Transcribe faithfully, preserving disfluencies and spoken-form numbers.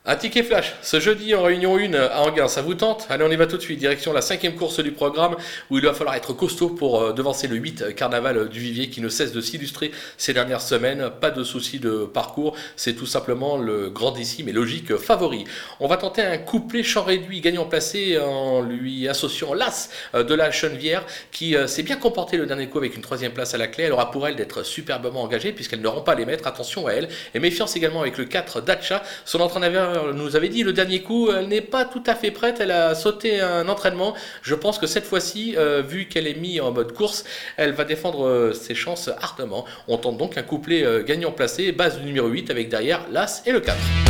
Un ticket flash, ce jeudi en réunion un à Anguin, ça vous tente? Allez, on y va tout de suite, direction la cinquième course du programme où il va falloir être costaud pour euh, devancer le huit Carnaval du Vivier qui ne cesse de s'illustrer ces dernières semaines. Pas de souci de parcours, c'est tout simplement le grandissime et logique favori. On va tenter un couplet champ réduit gagnant placé en lui associant l'As de la Chenevière qui euh, s'est bien comporté le dernier coup avec une troisième place à la clé. Elle aura pour elle d'être superbement engagée puisqu'elle ne rend pas les maîtres, attention à elle. Et méfiance également avec le quatre Dacha, son entraîneur nous avait dit le dernier coup, elle n'est pas tout à fait prête, elle a sauté un entraînement. Je pense que cette fois-ci, euh, vu qu'elle est mise en mode course, elle va défendre euh, ses chances ardemment. On tente donc un couplet euh, gagnant placé, base du numéro huit avec derrière l'As et le quatre.